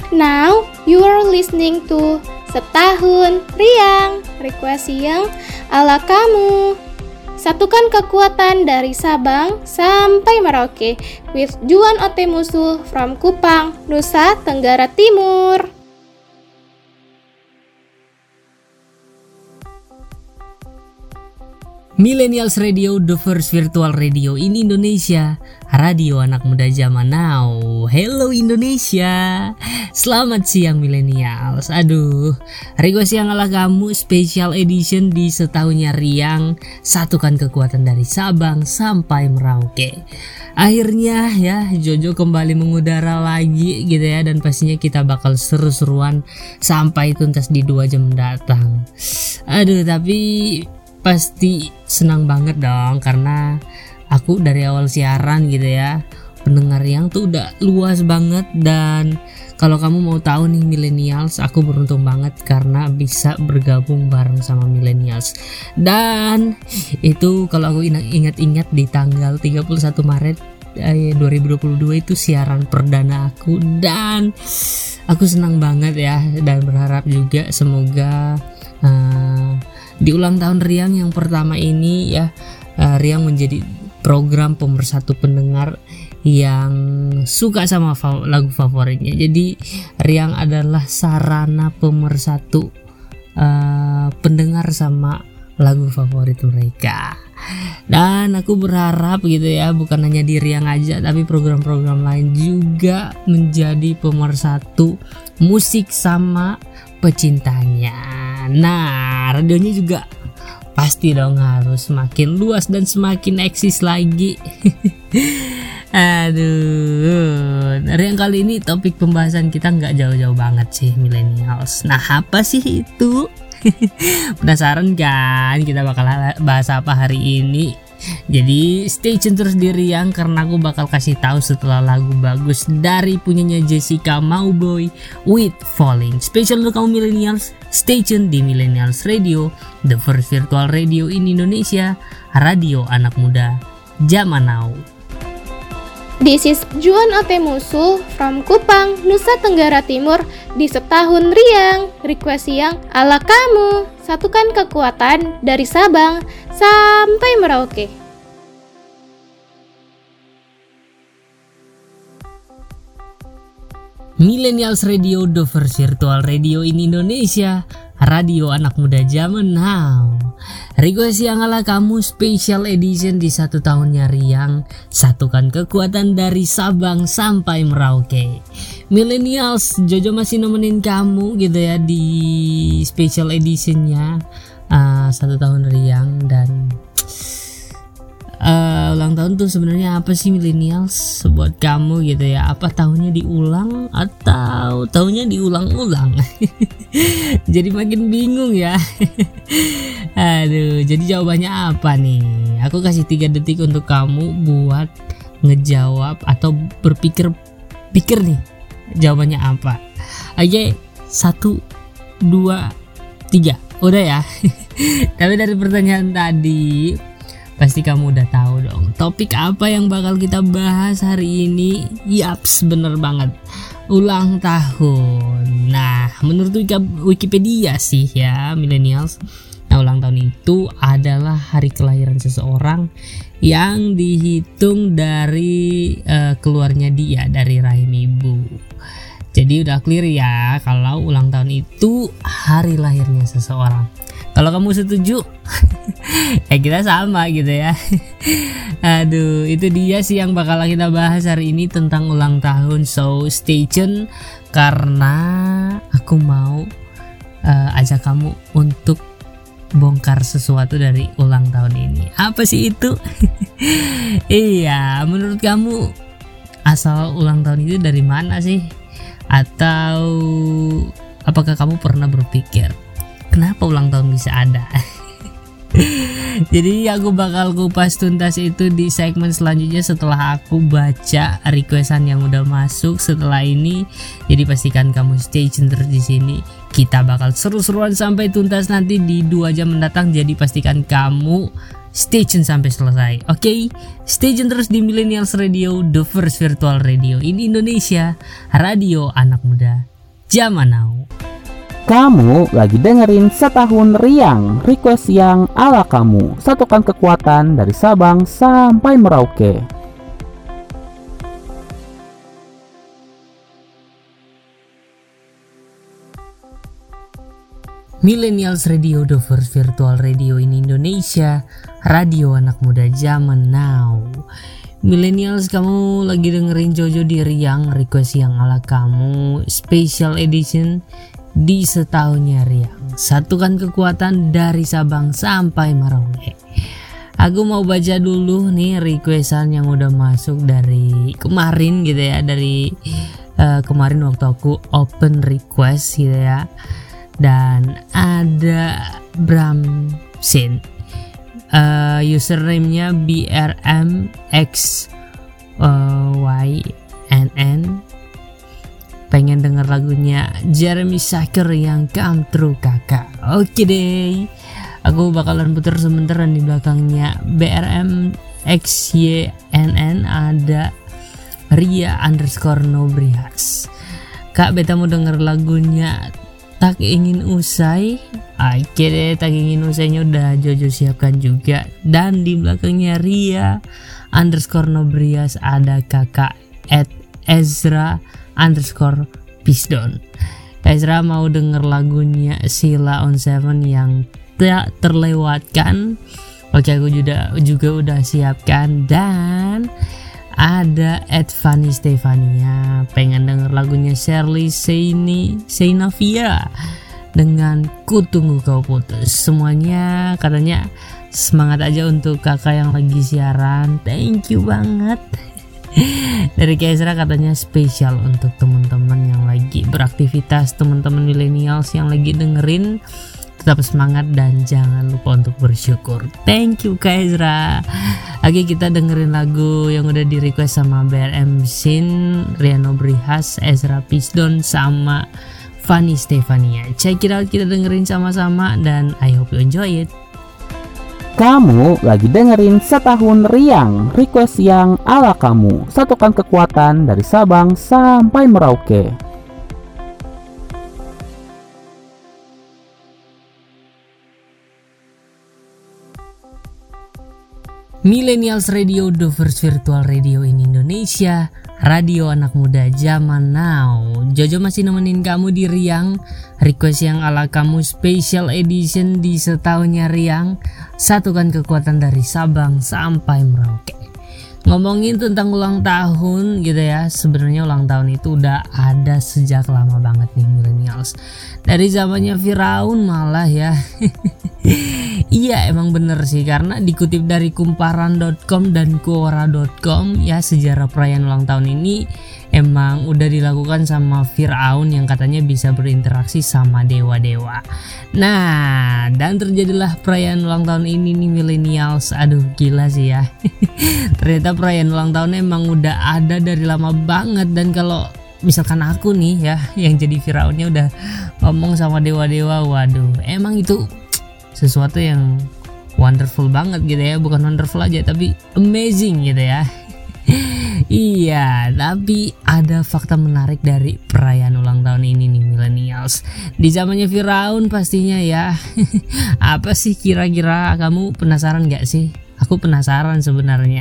Now you are listening to Setahun Riang, request yang ala kamu. Satukan kekuatan dari Sabang sampai Merauke with Juan Ote Musuh from Kupang, Nusa Tenggara Timur. Millennials Radio, the first virtual radio in Indonesia. Radio anak muda zaman now. Hello Indonesia. Selamat siang millennials. Aduh, request yang ala kamu special edition di setahunnya Riang. Satukan kekuatan dari Sabang sampai Merauke. Akhirnya ya Jojo kembali mengudara lagi gitu ya. Dan pastinya kita bakal seru-seruan sampai tuntas di 2 jam mendatang. Aduh, tapi pasti senang banget dong karena aku dari awal siaran gitu ya, pendengar yang tuh udah luas banget. Dan kalau kamu mau tahu nih millennials, aku beruntung banget karena bisa bergabung bareng sama millennials. Dan itu kalau aku ingat-ingat di tanggal 31 Maret 2022 itu siaran perdana aku, dan aku senang banget ya, dan berharap juga semoga di ulang tahun Riang yang pertama ini ya, Riang menjadi program pemersatu pendengar yang suka sama lagu favoritnya. Jadi Riang adalah sarana pemersatu pendengar sama lagu favorit mereka. Dan aku berharap gitu ya, bukan hanya di Riang aja tapi program-program lain juga menjadi pemersatu musik sama pecintanya. Nah, radionya juga pasti dong harus semakin luas dan semakin eksis lagi. Aduh, Riang kali ini topik pembahasan kita nggak jauh-jauh banget sih millennials. Nah, apa sih itu? Penasaran kan kita bakal bahas apa hari ini? Jadi stay tune terus di Riang karena aku bakal kasih tahu setelah lagu bagus dari punyanya Jessica Mauboy with Falling. Special untuk kamu millennials, stay tune di Millennials Radio, the first virtual radio in Indonesia, radio anak muda zaman now. This is Juan Ote Musuh from Kupang, Nusa Tenggara Timur di Setahun Riang, request yang ala kamu. Satukan kekuatan dari Sabang sampai Merauke. Millennials Radio, the first virtual radio in Indonesia, radio anak muda zaman now. Request yang ala kamu special edition di 1 tahunnya Riang. Satukan kekuatan dari Sabang sampai Merauke. Millennials, Jojo masih nemenin kamu gitu ya di special editionnya 1 tahun Riang. Dan ulang tahun tuh sebenarnya apa sih millennials buat kamu gitu ya? Apa tahunnya diulang atau tahunnya diulang-ulang? Jadi makin bingung ya. Aduh, jadi jawabannya apa nih? Aku kasih 3 detik untuk kamu buat ngejawab atau berpikir nih jawabannya apa. Oke, 1, 2, 3. Udah ya. Tapi dari pertanyaan tadi pasti kamu udah tahu dong topik apa yang bakal kita bahas hari ini. Yaps, bener banget, ulang tahun. Nah, menurut Wikipedia sih ya millennials, nah ulang tahun itu adalah hari kelahiran seseorang yang dihitung dari keluarnya dia dari rahim ibu. Jadi udah clear ya kalau ulang tahun itu hari lahirnya seseorang. Kalau kamu setuju, ya kita sama gitu ya. Aduh, itu dia sih yang bakal kita bahas hari ini tentang ulang tahun. So stay tune karena aku mau ajak kamu untuk bongkar sesuatu dari ulang tahun ini. Apa sih itu? Iya, menurut kamu asal ulang tahun itu dari mana sih? Atau apakah kamu pernah berpikir kenapa ulang tahun bisa ada? Jadi aku bakal kupas tuntas itu di segmen selanjutnya setelah aku baca requestan yang udah masuk setelah ini. Jadi pastikan kamu stay tune terus di sini. Kita bakal seru-seruan sampai tuntas nanti di 2 jam mendatang. Jadi pastikan kamu stay tune sampai selesai. Oke, stay tune terus di Millennials Radio, the first virtual radio in Indonesia, radio anak muda Zaman Now. Kamu lagi dengerin Setahun Riang, request yang ala kamu. Satukan kekuatan dari Sabang sampai Merauke. Millennials Radio, the first virtual radio in Indonesia. Radio anak muda zaman now. Millennials, kamu lagi dengerin Jojo di Riang, request yang ala kamu, special edition di setahunnya Riang. Satukan kekuatan dari Sabang sampai Merauke. Aku mau baca dulu nih requestan yang udah masuk dari kemarin gitu ya, dari kemarin waktu aku open request gitu ya. Dan ada Bramsin, username-nya BRMXYNN, pengen denger lagunya Jeremy Sacker yang Come True kakak. Oke deh, aku bakalan puter sebentar. Di belakangnya BRMXYNN ada Ria_Nobrias. Kak, beta mau denger lagunya Tak Ingin Usai. Oke deh, Tak Ingin Usainya udah Jojo siapkan juga. Dan di belakangnya Ria_Nobrias ada kakak @Ezra_Pisdon. Ezra mau denger lagunya Sheila on Seven yang tak terlewatkan. Oke, aku juga udah siapkan. Dan ada Fanny Stefania, pengen denger lagunya Shirley Seinavia dengan Ku Tunggu Kau Putus. Semuanya katanya semangat aja untuk kakak yang lagi siaran. Thank you banget. Dari Ezra katanya spesial untuk teman-teman yang lagi beraktivitas, teman-teman millennials yang lagi dengerin. Tetap semangat dan jangan lupa untuk bersyukur. Thank you Kak Ezra. Oke, kita dengerin lagu yang udah di request sama BRM Sin, Ria_Nobrias, Ezra Pisdon sama Fanny Stefania. Check it out, kita dengerin sama-sama dan I hope you enjoy it. Kamu lagi dengerin Setahun Riang, request yang ala kamu. Satukan kekuatan dari Sabang sampai Merauke. Millennials Radio, the first virtual radio in Indonesia. Radio anak muda zaman now. Jojo masih nemenin kamu di Riang, request yang ala kamu, special edition di setahunnya Riang. Satukan kekuatan dari Sabang sampai Merauke. Ngomongin tentang ulang tahun gitu ya, sebenarnya ulang tahun itu udah ada sejak lama banget nih millennials. Dari zamannya Firaun malah ya. Iya, emang bener sih, karena dikutip dari kumparan.com dan quora.com ya, sejarah perayaan ulang tahun ini emang udah dilakukan sama Firaun yang katanya bisa berinteraksi sama dewa-dewa. Nah, dan terjadilah perayaan ulang tahun ini nih millennials. Aduh, gila sih ya. Ternyata perayaan ulang tahun emang udah ada dari lama banget. Dan kalau misalkan aku nih ya yang jadi Firaunnya udah ngomong sama dewa-dewa, waduh, emang itu sesuatu yang wonderful banget gitu ya. Bukan wonderful aja tapi amazing gitu ya. Iya, tapi ada fakta menarik dari perayaan ulang tahun ini nih millennials. Di zamannya Firaun pastinya ya. Apa sih kira-kira, kamu penasaran gak sih? Aku penasaran sebenarnya.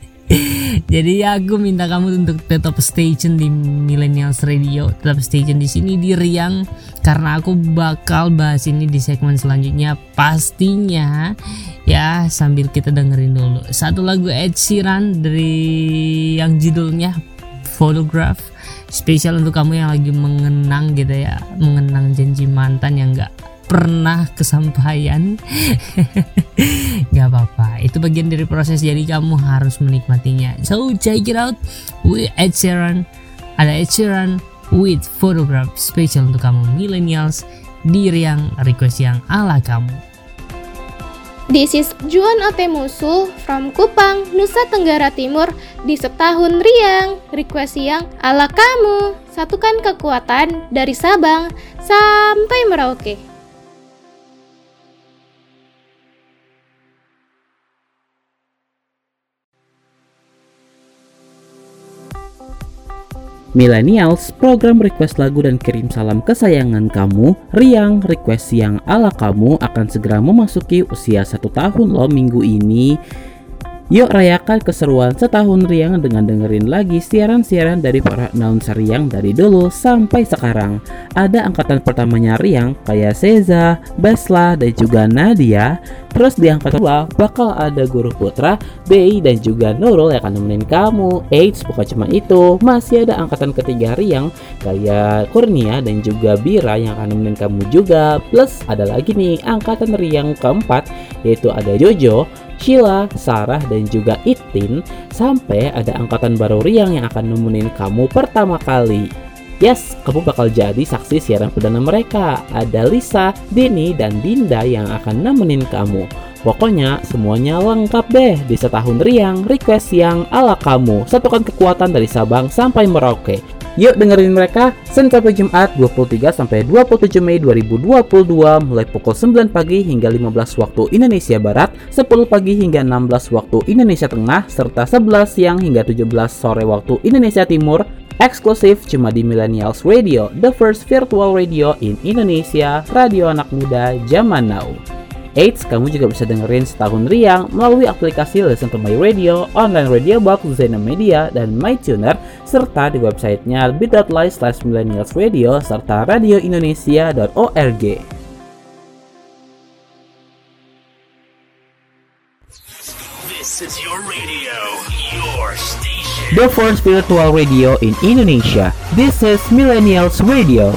Jadi aku minta kamu untuk tetap stay tune di Millennials Radio, tetap stay tune di sini di Riang, karena aku bakal bahas ini di segmen selanjutnya pastinya ya. Sambil kita dengerin dulu satu lagu Ed Sheeran dari yang judulnya Photograph, spesial untuk kamu yang lagi mengenang gitu ya, mengenang janji mantan yang gak pernah kesampaian. Gak apa-apa, itu bagian dari proses, jadi kamu harus menikmatinya. So check it out with Ed Sheeran. Ada Ed Sheeran with Photograph, spesial untuk kamu millennials di Riang, request yang ala kamu. This is Juan Otemusu from Kupang, Nusa Tenggara Timur di Setahun Riang, request yang ala kamu. Satukan kekuatan dari Sabang sampai Merauke. Millennials, program request lagu dan kirim salam kesayangan kamu, Riang Request Siang ala kamu akan segera memasuki usia 1 tahun loh minggu ini. Yuk rayakan keseruan setahun Riang dengan dengerin lagi siaran-siaran dari para announcer Riang dari dulu sampai sekarang. Ada angkatan pertamanya Riang kayak Seza, Besla, dan juga Nadia. Terus di angkatan kedua bakal ada Guru Putra, Bei, dan juga Nurul yang akan nemenin kamu. Eits, bukan cuma itu, masih ada angkatan ketiga Riang kayak Kurnia dan juga Bira yang akan nemenin kamu juga. Plus ada lagi nih angkatan Riang keempat, yaitu ada Jojo, Sheila, Sarah, dan juga Itin. Sampai ada angkatan baru Riang yang akan nemenin kamu pertama kali. Yes, kamu bakal jadi saksi siaran perdana mereka. Ada Lisa, Dini, dan Dinda yang akan nemenin kamu. Pokoknya semuanya lengkap deh di setahun Riang Request Siang ala kamu. Satukan kekuatan dari Sabang sampai Merauke. Yuk dengerin mereka Senin sampai Jumat 23 sampai 27 Mei 2022 mulai pukul 9 pagi hingga 15 waktu Indonesia Barat, 10 pagi hingga 16 waktu Indonesia Tengah, serta 11 siang hingga 17 sore waktu Indonesia Timur. Eksklusif cuma di Millennials Radio, the first virtual radio in Indonesia, radio anak muda zaman now. Eits, kamu juga bisa dengerin setahun Riang melalui aplikasi Listen to My Radio, online radio box, Zena Media, dan MyTuner, serta di websitenya bit.ly/millennialsradio serta radioindonesia.org. This is your radio, your station. The first virtual radio in Indonesia. This is Millennials Radio.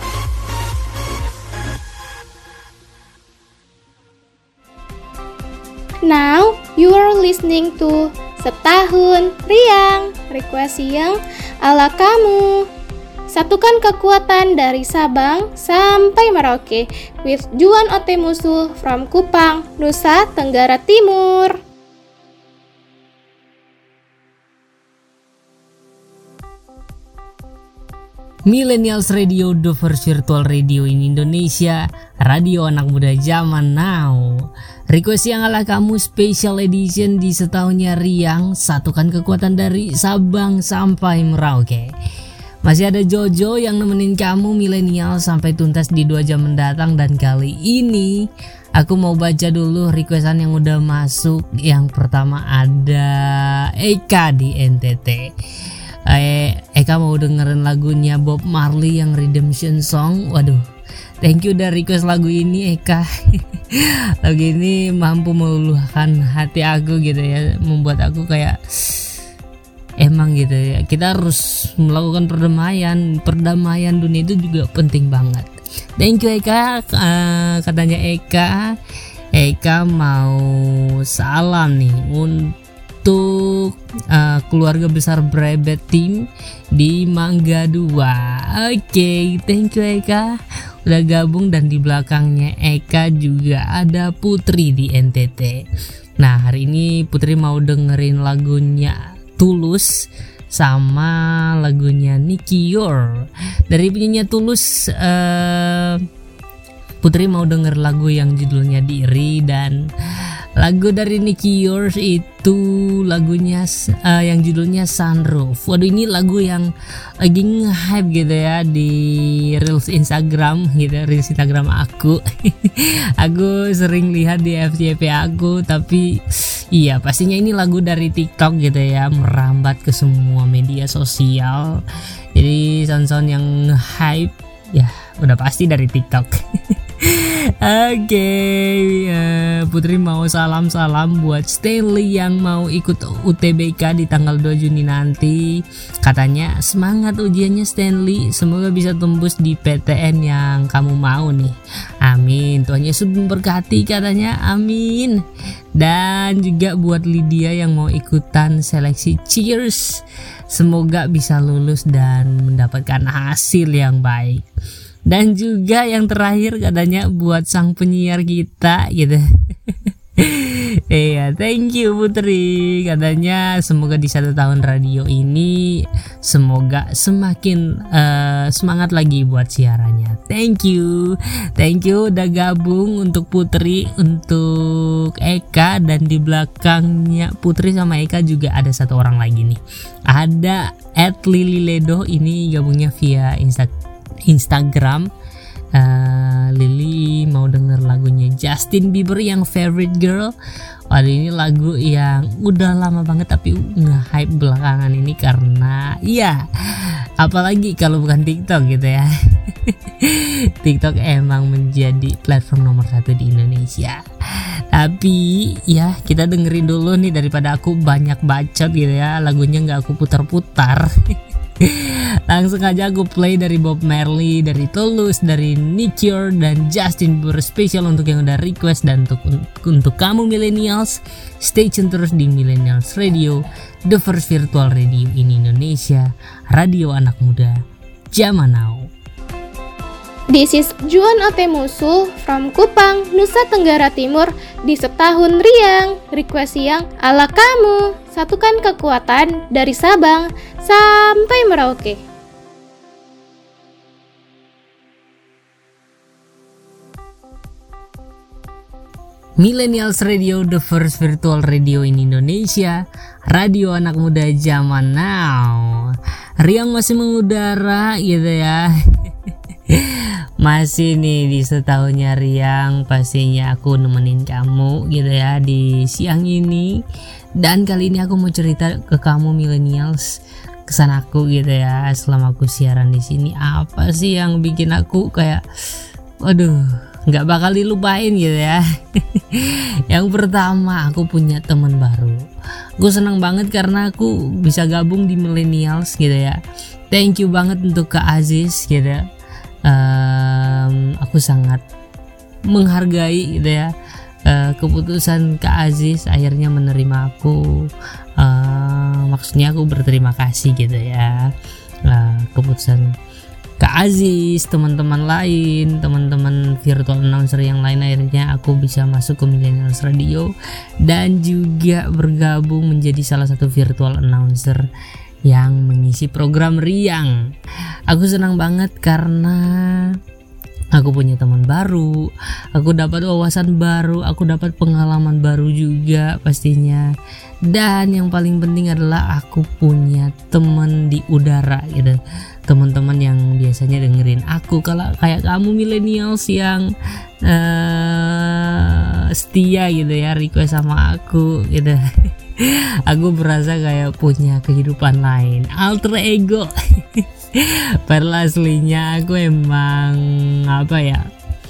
Now, you are listening to Setahun Riang, request siang ala kamu. Satukan kekuatan dari Sabang sampai Merauke with Juan Ote Musuh from Kupang, Nusa Tenggara Timur. Millennials Radio, the first virtual radio in Indonesia, radio anak muda zaman now. Request yang ala kamu special edition di setahunnya Riang, satukan kekuatan dari Sabang sampai Merauke. Masih ada Jojo yang nemenin kamu milenial sampai tuntas di 2 jam mendatang, dan kali ini aku mau baca dulu requestan yang udah masuk. Yang pertama ada Eka di NTT. Eka mau dengerin lagunya Bob Marley yang Redemption Song. Waduh, thank you udah request lagu ini Eka. Lagu ini mampu meluluhkan hati aku gitu ya, membuat aku kayak emang gitu ya, kita harus melakukan perdamaian dunia itu juga penting banget. Thank you Eka. Katanya Eka mau salam nih untuk keluarga besar Brebet Team di Mangga 2. Oke, thank you Eka udah gabung, dan di belakangnya Eka juga ada Putri di NTT. Nah, hari ini Putri mau dengerin lagunya Tulus sama lagunya Nicky Yor. Dari penyanyi Tulus, Putri mau denger lagu yang judulnya Diri, dan lagu dari Nicky Yours itu lagunya yang judulnya Sunroof. Waduh, ini lagu yang lagi nge-hype gitu ya di reels Instagram gitu, reels Instagram aku. Aku sering lihat di FYP aku, tapi iya pastinya ini lagu dari TikTok gitu ya, merambat ke semua media sosial. Jadi sound-sound yang hype ya udah pasti dari TikTok. Oke, Putri mau salam-salam buat Stanley yang mau ikut UTBK di tanggal 2 Juni nanti. Katanya semangat ujiannya Stanley, semoga bisa tembus di PTN yang kamu mau nih. Amin, Tuhan Yesus memberkati katanya, amin. Dan juga buat Lydia yang mau ikutan seleksi Cheers, semoga bisa lulus dan mendapatkan hasil yang baik. Dan juga yang terakhir katanya buat sang penyiar kita gitu. Iya, thank you Putri. Katanya semoga di 1 tahun radio ini semoga semakin semangat lagi buat siarannya. Thank you udah gabung untuk Putri, untuk Eka, dan di belakangnya Putri sama Eka juga ada satu orang lagi nih. Ada @lililedo, ini gabungnya via Instagram. Lily mau denger lagunya Justin Bieber yang Favorite Girl. Waduh, ini lagu yang udah lama banget tapi nge-hype belakangan ini karena ya apalagi kalau bukan TikTok gitu ya. TikTok emang menjadi platform nomor 1 di Indonesia. Tapi ya kita dengerin dulu nih daripada aku banyak bacot gitu ya. Lagunya gak aku putar-putar. Langsung aja aku play dari Bob Marley, dari Tulus, dari Nick Cure, dan Justin Bieber, spesial untuk yang udah request. Dan untuk kamu millennials, stay tune terus di Millennials Radio, the first virtual radio in Indonesia, radio anak muda zaman now. This is Juan Otemusu from Kupang, Nusa Tenggara Timur. Di setahun riang, request yang ala kamu. Satukan kekuatan dari Sabang sampai Merauke. Millennials Radio, the first virtual radio in Indonesia, radio anak muda zaman now. Riang masih mengudara gitu ya. Masih nih di setahunnya Riang, pastinya aku nemenin kamu gitu ya di siang ini. Dan kali ini aku mau cerita ke kamu millennials, kesan aku gitu ya selama aku siaran di sini. Apa sih yang bikin aku kayak waduh, nggak bakal dilupain gitu ya. Yang pertama, aku punya teman baru. Gue seneng banget karena aku bisa gabung di millennials gitu ya. Thank you banget untuk Kak Aziz gitu ya. Aku sangat menghargai gitu ya keputusan Kak Aziz akhirnya menerima aku. Maksudnya aku berterima kasih gitu ya. Keputusan Kak Aziz, teman-teman lain, teman-teman virtual announcer yang lain, akhirnya aku bisa masuk ke Millennials Radio dan juga bergabung menjadi salah satu virtual announcer yang mengisi program Riang. Aku senang banget karena aku punya teman baru, aku dapat wawasan baru, aku dapat pengalaman baru juga pastinya. Dan yang paling penting adalah aku punya teman di udara gitu. Teman-teman yang biasanya dengerin aku, kalau kayak kamu millennials yang setia gitu ya, request sama aku gitu. Aku berasa kayak punya kehidupan lain, alter ego. Padahal aslinya aku emang apa ya,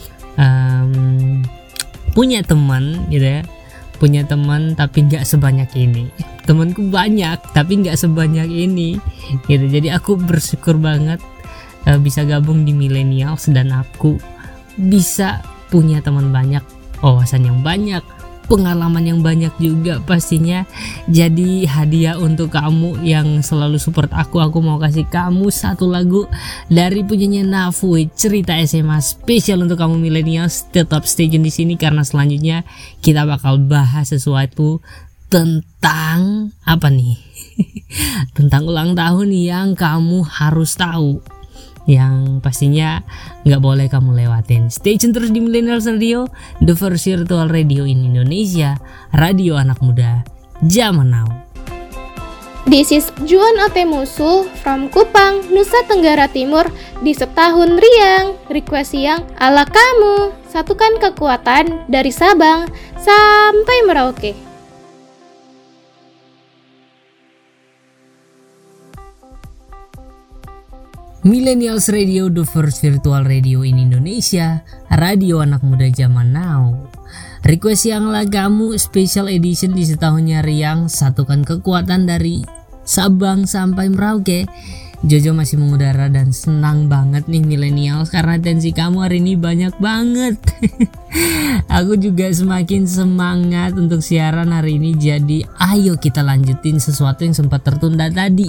punya teman gitu ya, punya teman tapi nggak sebanyak ini. Temanku banyak tapi nggak sebanyak ini gitu. Jadi aku bersyukur banget bisa gabung di millennials dan aku bisa punya teman banyak, wawasan yang banyak, pengalaman yang banyak juga pastinya. Jadi hadiah untuk kamu yang selalu support aku mau kasih kamu satu lagu dari punyanya Nafui, Cerita SMA, spesial untuk kamu millennials. Tetap stay tune di sini karena selanjutnya kita bakal bahas sesuatu tentang apa nih? Tentang ulang tahun yang kamu harus tahu, yang pastinya nggak boleh kamu lewatin. Stay tune terus di Millennials Radio, the first virtual radio in Indonesia, radio anak muda zaman now. This is Juan Otemusu from Kupang, Nusa Tenggara Timur. Di setahun riang, request yang ala kamu. Satukan kekuatan dari Sabang sampai Merauke. Millennials Radio, the first virtual radio in Indonesia, radio anak muda zaman now. Request yang lagamu special edition di setahunnya Riang, satukan kekuatan dari Sabang sampai Merauke. Jojo masih mengudara dan senang banget nih millennials karena atensi kamu hari ini banyak banget. Aku juga semakin semangat untuk siaran hari ini. Jadi ayo kita lanjutin sesuatu yang sempat tertunda tadi.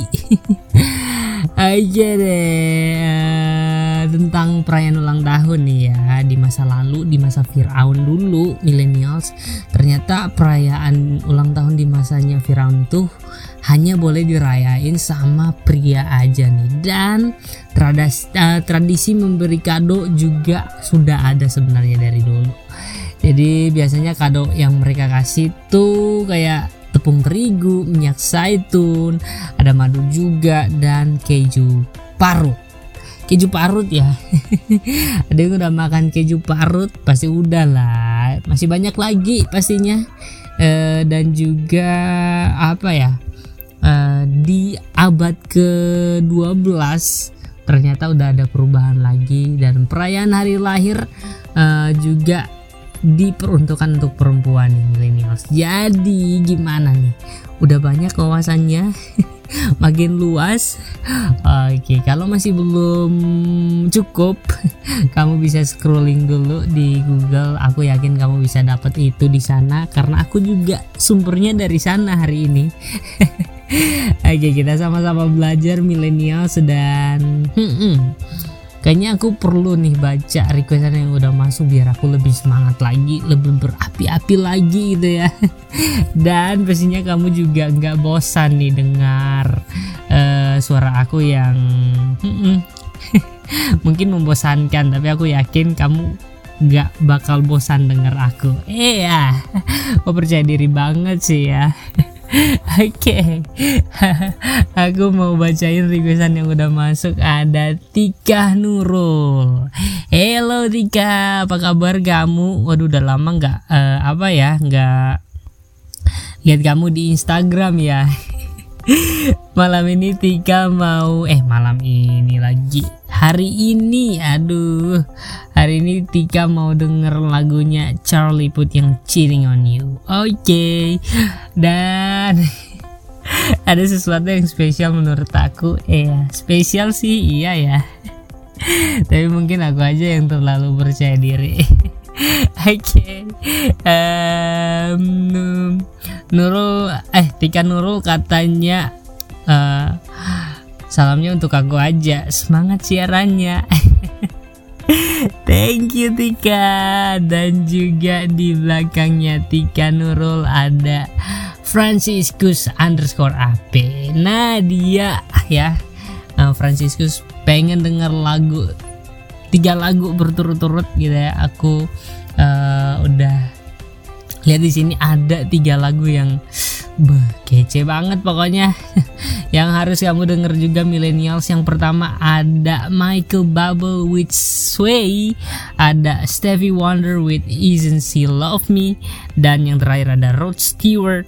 Aja deh tentang perayaan ulang tahun nih ya di masa masa lalu, di masa Firaun dulu, millennials. Ternyata perayaan ulang tahun di masanya Firaun tuh hanya boleh dirayain sama pria aja nih. Dan tradisi memberi kado juga sudah ada sebenarnya dari dulu. Jadi biasanya kado yang mereka kasih tuh kayak tepung terigu, minyak zaitun, ada madu juga, dan keju parut. Keju parut ya. Ada yang udah makan keju parut pasti udah lah. Masih banyak lagi pastinya. Dan juga apa ya? Di abad ke-12 ternyata udah ada perubahan lagi, dan perayaan hari lahir juga diperuntukkan untuk perempuan nih, millennials. Jadi gimana nih? Udah banyak wawasannya, makin luas. Oke, kalau masih belum cukup, kamu bisa scrolling dulu di Google. Aku yakin kamu bisa dapat itu di sana, karena aku juga sumbernya dari sana hari ini. Oke, kita sama-sama belajar millennials. Dan kayaknya aku perlu nih baca requestan yang udah masuk biar aku lebih semangat lagi, lebih berapi-api lagi gitu ya. Dan pastinya kamu juga nggak bosan nih dengar suara aku yang mungkin membosankan, tapi aku yakin kamu nggak bakal bosan dengar aku. Aku percaya diri banget sih ya. Oke. Aku mau bacain requestan yang udah masuk. Ada Tika Nurul. Hello Tika, apa kabar kamu? Waduh, udah lama nggak nggak lihat kamu di Instagram ya. Malam ini Tika mau malam ini lagi. Hari ini Tika mau denger lagunya Charlie Puth yang Cheating on You. Oke. Dan ada sesuatu yang spesial menurut aku. Spesial sih iya ya. Tapi mungkin aku aja yang terlalu percaya diri. Oke. Tika Nurul katanya salamnya untuk aku aja, semangat siarannya. Thank you Tika. Dan juga di belakangnya Tika Nurul ada Franciscus_AP. Nah dia ya, Franciscus pengen denger 3 lagu berturut-turut gitu ya. Aku udah lihat di sini ada 3 lagu yang kece banget pokoknya. Yang harus kamu denger juga millennials. Yang pertama ada Michael Bublé with Sway, ada Stevie Wonder with Isn't She Love Me, dan yang terakhir ada Rod Stewart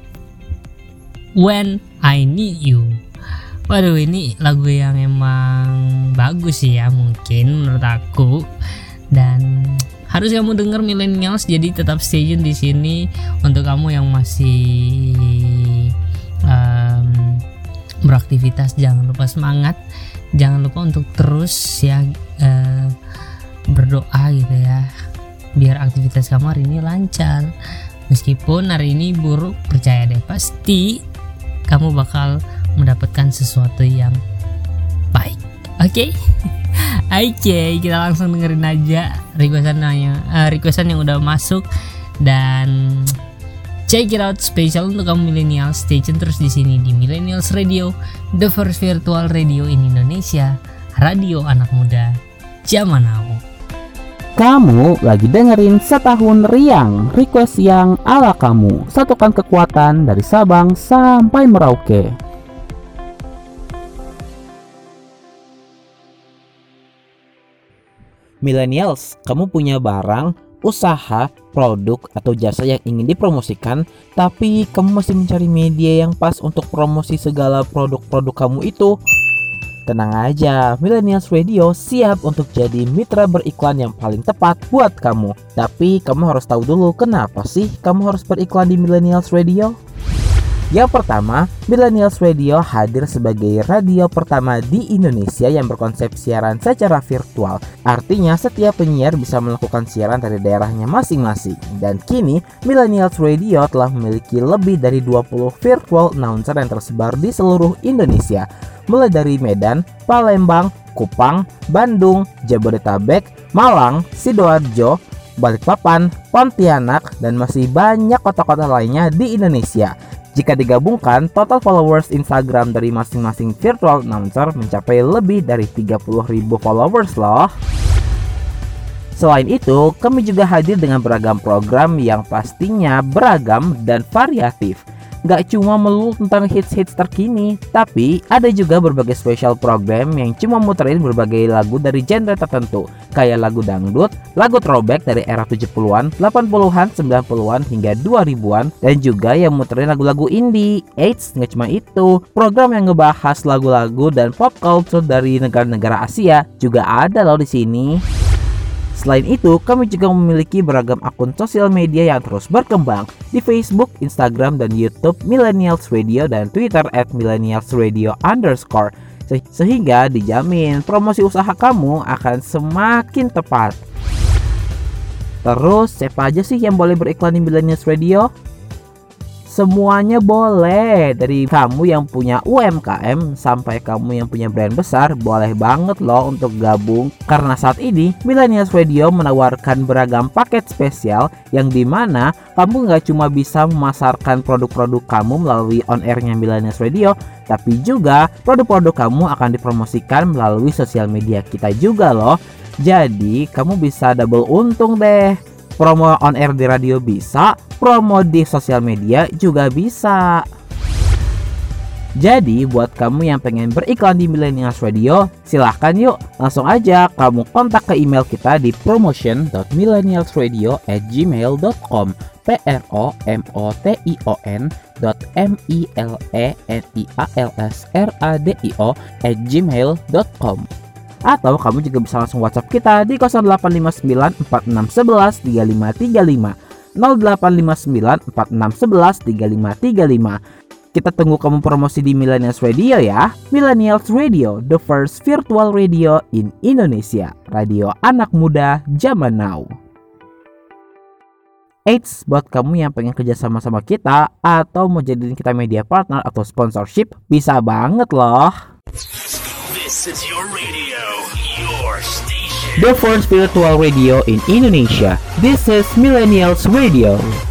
When I Need You. Waduh, ini lagu yang emang bagus sih ya mungkin menurut aku, dan harus kamu denger millennials. Jadi tetap stay tune di sini. Untuk kamu yang masih beraktivitas, jangan lupa semangat, jangan lupa untuk terus ya berdoa gitu ya, biar aktivitas kamu hari ini lancar. Meskipun hari ini buruk, percaya deh pasti kamu bakal mendapatkan sesuatu yang baik. Oke? Oke, kita langsung dengerin aja requestan yang udah masuk. Dan check it out, spesial untuk kamu millennials. Stay tune terus di sini di Millennials Radio, the first virtual radio in Indonesia, radio anak muda zaman now. Kamu lagi dengerin Setahun Riang, request yang ala kamu. Satukan kekuatan dari Sabang sampai Merauke. Millennials, kamu punya barang, usaha, produk, atau jasa yang ingin dipromosikan, tapi kamu masih mencari media yang pas untuk promosi segala produk-produk kamu itu? Tenang aja, Millennials Radio siap untuk jadi mitra beriklan yang paling tepat buat kamu. Tapi kamu harus tahu dulu kenapa sih kamu harus beriklan di Millennials Radio? Yang pertama, Millennials Radio hadir sebagai radio pertama di Indonesia yang berkonsep siaran secara virtual. Artinya setiap penyiar bisa melakukan siaran dari daerahnya masing-masing. Dan kini, Millennials Radio telah memiliki lebih dari 20 virtual announcer yang tersebar di seluruh Indonesia. Mulai dari Medan, Palembang, Kupang, Bandung, Jabodetabek, Malang, Sidoarjo, Balikpapan, Pontianak, dan masih banyak kota-kota lainnya di Indonesia. Jika digabungkan, total followers Instagram dari masing-masing virtual announcer mencapai lebih dari 30.000 followers loh. Selain itu, kami juga hadir dengan beragam program yang pastinya beragam dan variatif. Gak cuma melulu tentang hits-hits terkini, tapi ada juga berbagai special program yang cuma muterin berbagai lagu dari genre tertentu, kayak lagu dangdut, lagu throwback dari era 70-an, 80-an, 90-an, hingga 2000-an, dan juga yang muterin lagu-lagu indie. Eits, gak cuma itu, program yang ngebahas lagu-lagu dan pop culture dari negara-negara Asia juga ada loh di sini. Selain itu, kami juga memiliki beragam akun sosial media yang terus berkembang di Facebook, Instagram, dan YouTube Millennials Radio dan Twitter @millennialsradio_. Sehingga dijamin promosi usaha kamu akan semakin tepat. Terus, siapa aja sih yang boleh beriklan di Millennials Radio? Semuanya boleh, dari kamu yang punya UMKM sampai kamu yang punya brand besar, boleh banget loh untuk gabung. Karena saat ini Millennials Radio menawarkan beragam paket spesial yang dimana kamu gak cuma bisa memasarkan produk-produk kamu melalui on-airnya Millennials Radio, tapi juga produk-produk kamu akan dipromosikan melalui sosial media kita juga loh. Jadi kamu bisa double untung deh. Promo on air di radio bisa, promo di sosial media juga bisa. Jadi buat kamu yang pengen beriklan di Millennials Radio, silahkan yuk langsung aja kamu kontak ke email kita di promotion.millennialsradio@gmail.com promotion.millennialsradio@gmail.com. Atau kamu juga bisa langsung WhatsApp kita di 0859 4611 3535 0859 4611 3535. Kita tunggu kamu promosi di Millennials Radio ya. Millennials Radio, the first virtual radio in Indonesia. Radio anak muda zaman now. Eits, buat kamu yang pengen kerja sama kita atau mau jadiin kita media partner atau sponsorship, bisa banget loh. This is your radio, your station. The first virtual radio in Indonesia. This is Millennials Radio.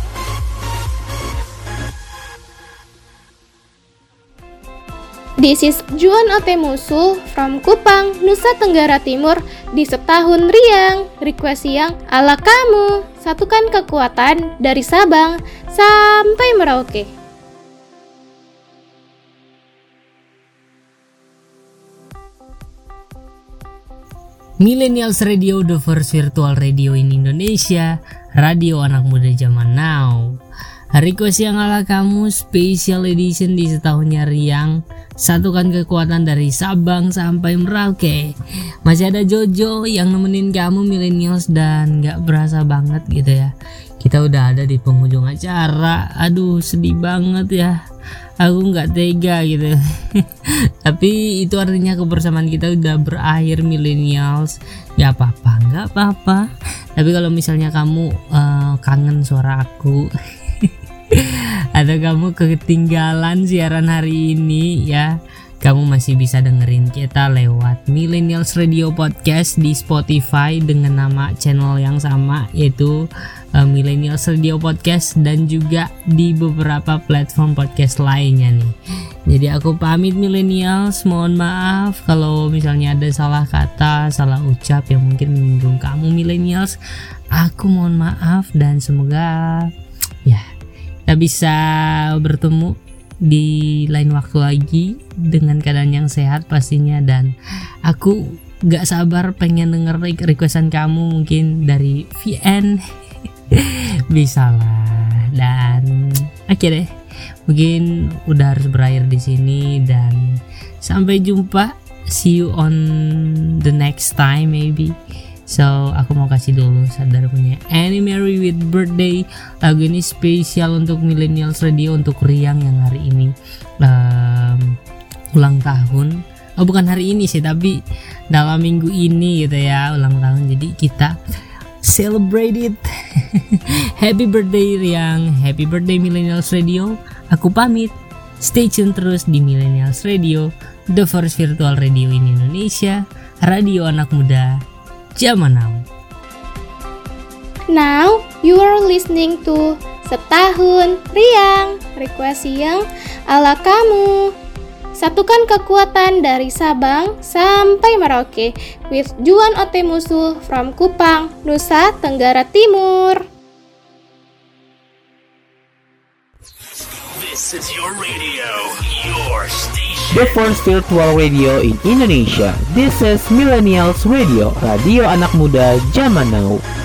This is Juan Otemusul from Kupang, Nusa Tenggara Timur. Di setahun riang, request yang ala kamu. Satukan kekuatan dari Sabang sampai Merauke. Millennials Radio, the first virtual radio in Indonesia. Radio anak muda zaman now. Request yang ala kamu special edition di setahunnya riang. Satukan kekuatan dari Sabang sampai Merauke. Masih ada Jojo yang nemenin kamu Millennials dan gak berasa banget gitu ya. Kita udah ada di penghujung acara. Aduh, sedih banget ya. Aku gak tega gitu. Tapi itu artinya kebersamaan kita udah berakhir Millennials. Gak apa-apa. Tapi kalau misalnya kamu kangen suara aku atau kamu ketinggalan siaran hari ini ya, kamu masih bisa dengerin kita lewat Millennials Radio Podcast di Spotify dengan nama channel yang sama, yaitu Millennials Radio Podcast, dan juga di beberapa platform podcast lainnya nih. Jadi aku pamit Millennials, mohon maaf kalau misalnya ada salah kata, salah ucap yang mungkin menyinggung kamu Millennials. Aku mohon maaf dan semoga ya kita bisa bertemu di lain waktu lagi dengan keadaan yang sehat pastinya. Dan aku gak sabar pengen denger requestan kamu mungkin dari VN. Bisa lah. Dan oke deh, mungkin udah harus berakhir di sini dan sampai jumpa. See you on the next time maybe. So aku mau kasih dulu Sadar punya Annie Mary with Birthday. Lagu ini spesial untuk Millennials Radio, untuk Riang yang hari ini ulang tahun. Oh bukan hari ini sih, tapi dalam minggu ini gitu ya, ulang tahun. Jadi kita celebrate it. Happy birthday Riang, happy birthday Millennials Radio. Aku pamit. Stay tune terus di Millennials Radio, the first virtual radio in Indonesia. radio anak muda zaman now. Now you are listening to Setahun Riang, request yang ala kamu. Satukan kekuatan dari Sabang sampai Merauke with Juan Otemusu from Kupang, Nusa Tenggara Timur. This is your radio, your station. The first virtual radio in Indonesia. This is Millennials Radio, radio anak muda zaman now.